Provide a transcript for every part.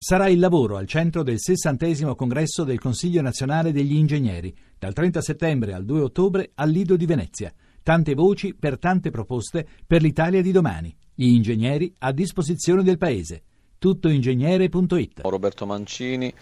Sarà il lavoro al centro del 60° congresso del Consiglio Nazionale degli Ingegneri, dal 30 settembre al 2 ottobre al Lido di Venezia. Tante voci per tante proposte per l'Italia di domani. Gli ingegneri a disposizione del Paese. Tuttoingegnere.it. Roberto Mancini,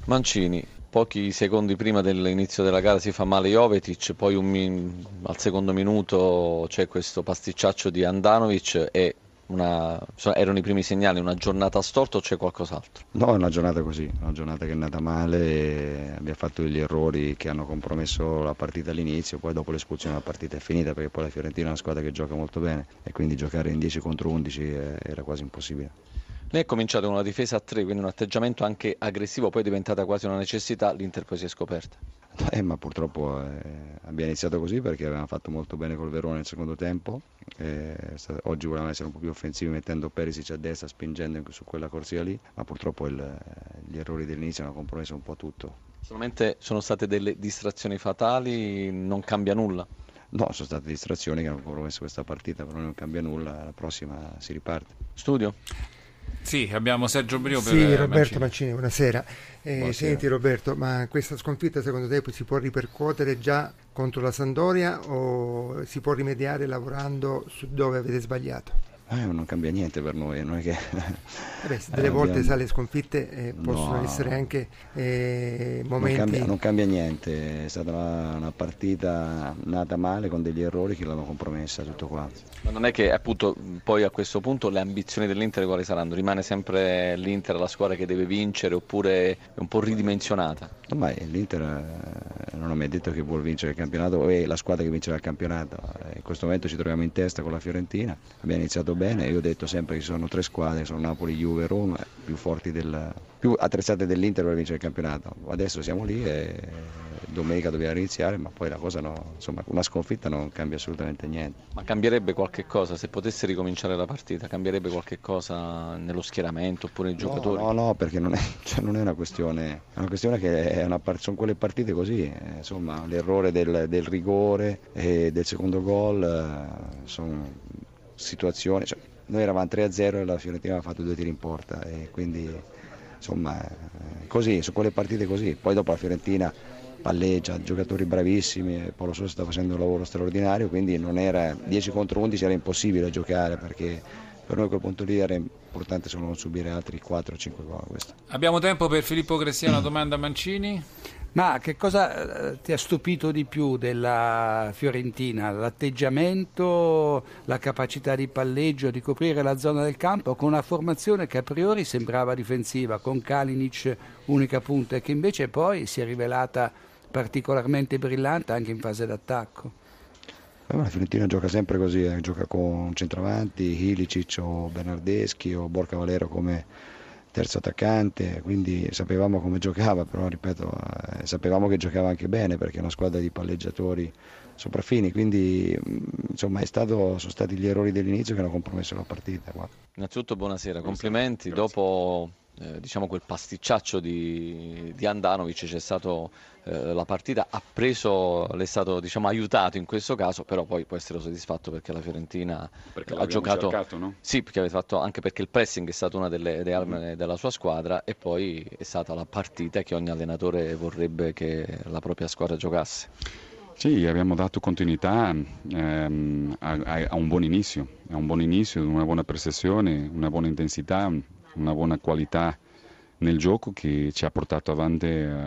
pochi secondi prima dell'inizio della gara si fa male Jovetic, poi al secondo minuto c'è questo pasticciaccio di Handanovic e erano i primi segnali, una giornata storta o c'è qualcos'altro? No, è una giornata così, una giornata che è andata male, e abbiamo fatto degli errori che hanno compromesso la partita all'inizio, poi dopo l'espulsione la partita è finita perché poi la Fiorentina è una squadra che gioca molto bene e quindi giocare in 10 contro 11 era quasi impossibile. Lei è cominciato con una difesa a 3, quindi un atteggiamento anche aggressivo, poi è diventata quasi una necessità, l'Inter poi si è scoperta. Ma purtroppo abbiamo iniziato così perché avevamo fatto molto bene col Verona nel secondo tempo. Oggi volevamo essere un po' più offensivi mettendo Perisic a destra, spingendo su quella corsia lì, ma purtroppo gli errori dell'inizio hanno compromesso un po' tutto. Solamente sono state delle distrazioni fatali, non cambia nulla? No, sono state distrazioni che hanno compromesso questa partita, però non cambia nulla, la prossima si riparte. Studio? Sì, abbiamo Sergio Brio per Sì, Roberto Mancini, buonasera. Buonasera. Senti Roberto, ma questa sconfitta secondo te si può ripercuotere già contro la Sampdoria o si può rimediare lavorando su dove avete sbagliato? Non cambia niente per noi, non è che... delle volte le sconfitte possono essere anche momenti... Non cambia niente, è stata una partita nata male con degli errori che l'hanno compromessa, tutto qua. Ma non è che appunto poi a questo punto le ambizioni dell'Inter quali saranno? Rimane sempre l'Inter la squadra che deve vincere oppure è un po' ridimensionata? Ormai l'Inter non ho mai detto che vuol vincere il campionato, o è la squadra che vincerà il campionato. In questo momento ci troviamo in testa con la Fiorentina, abbiamo iniziato bene, io ho detto sempre che ci sono 3 squadre, sono Napoli, Juve, Roma, più attrezzate dell'Inter per vincere il campionato. Adesso siamo lì e domenica dobbiamo iniziare, ma poi la cosa una sconfitta non cambia assolutamente niente. Ma cambierebbe qualche cosa se potesse ricominciare la partita? Cambierebbe qualche cosa nello schieramento oppure nei giocatori? No, perché non è una questione, è una questione che sono quelle partite così, l'errore del rigore e del secondo gol sono situazioni, noi eravamo 3-0 e la Fiorentina aveva fatto 2 tiri in porta e quindi così, su quelle partite così, poi dopo la Fiorentina palleggia, giocatori bravissimi, Paolo Sousa sta facendo un lavoro straordinario, quindi non era 10 contro 11, era impossibile giocare perché per noi a quel punto lì era importante solo non subire altri 4-5 gol. Questo. Abbiamo tempo per Filippo Gressiano, domanda a Mancini. Ma che cosa ti ha stupito di più della Fiorentina? L'atteggiamento, la capacità di palleggio, di coprire la zona del campo con una formazione che a priori sembrava difensiva, con Kalinic unica punta e che invece poi si è rivelata particolarmente brillante anche in fase d'attacco? La Fiorentina gioca sempre così, gioca con centravanti, Ilicic o Bernardeschi o Borca Valero come terzo attaccante, quindi sapevamo come giocava, però ripeto, sapevamo che giocava anche bene perché è una squadra di palleggiatori sopraffini, quindi sono stati gli errori dell'inizio che hanno compromesso la partita. Innanzitutto buonasera, complimenti. Grazie. Dopo quel pasticciaccio di Handanovic c'è stato la partita, l'è stato aiutato in questo caso, però poi può essere soddisfatto perché la Fiorentina ha giocato cercato, no? Sì, perché avete fatto, anche perché il pressing è stata una delle armi della sua squadra e poi è stata la partita che ogni allenatore vorrebbe che la propria squadra giocasse. Sì, abbiamo dato continuità a un buon inizio, una buona prestazione, una buona intensità, una buona qualità nel gioco che ci ha portato avanti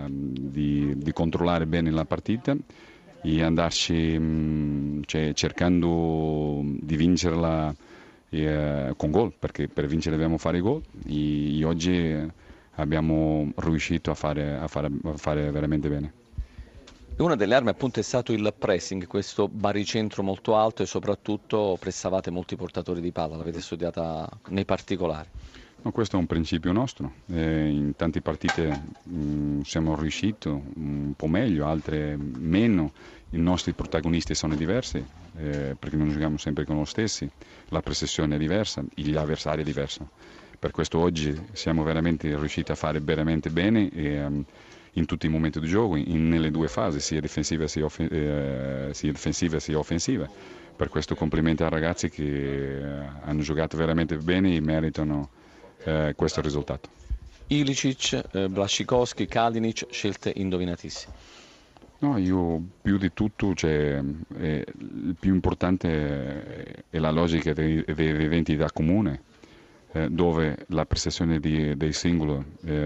di controllare bene la partita e andarci cercando di vincerla con gol, perché per vincere dobbiamo fare gol e oggi abbiamo riuscito a fare veramente bene. Una delle armi appunto è stato il pressing, questo baricentro molto alto e soprattutto pressavate molti portatori di palla, l'avete studiata nei particolari? No, questo è un principio nostro, in tante partite siamo riusciti un po' meglio, altre meno, i nostri protagonisti sono diversi perché non giochiamo sempre con lo stessi, la prestazione è diversa, gli avversari è diverso, per questo oggi siamo veramente riusciti a fare veramente bene in tutti i momenti di gioco, nelle 2 fasi, sia difensiva sia offensiva. Per questo complimenti ai ragazzi che hanno giocato veramente bene e meritano questo risultato. Ilicic, Blasicowski, Kalinic, scelte indovinatissime. No, io più di tutto, il più importante è la logica dei eventi da comune, dove la prestazione dei singoli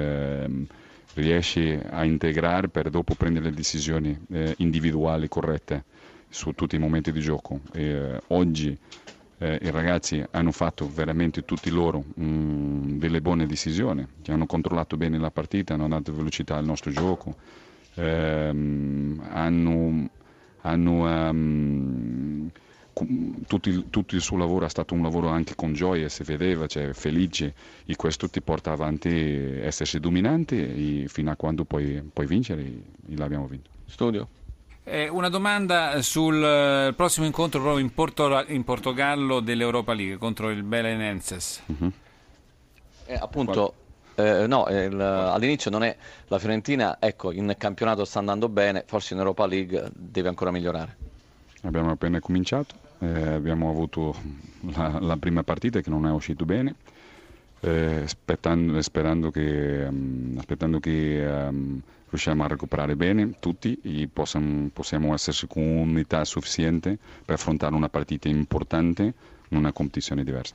riesce a integrare per dopo prendere le decisioni individuali corrette su tutti i momenti di gioco. Oggi i ragazzi hanno fatto veramente tutti loro delle buone decisioni, che hanno controllato bene la partita, hanno dato velocità al nostro gioco. Tutto il suo lavoro è stato un lavoro anche con gioia, si vedeva, cioè felice, e questo ti porta avanti a essersi dominante fino a quando puoi vincere, e l'abbiamo vinto. Studio. Una domanda sul prossimo incontro proprio in Portogallo dell'Europa League contro il Belenenses. Appunto. All'inizio non è la Fiorentina, ecco, in campionato sta andando bene, forse in Europa League deve ancora migliorare. Abbiamo appena cominciato, abbiamo avuto la prima partita che non è uscito bene, aspettando che riusciamo a recuperare bene tutti e possiamo esserci con un'unità sufficiente per affrontare una partita importante in una competizione diversa.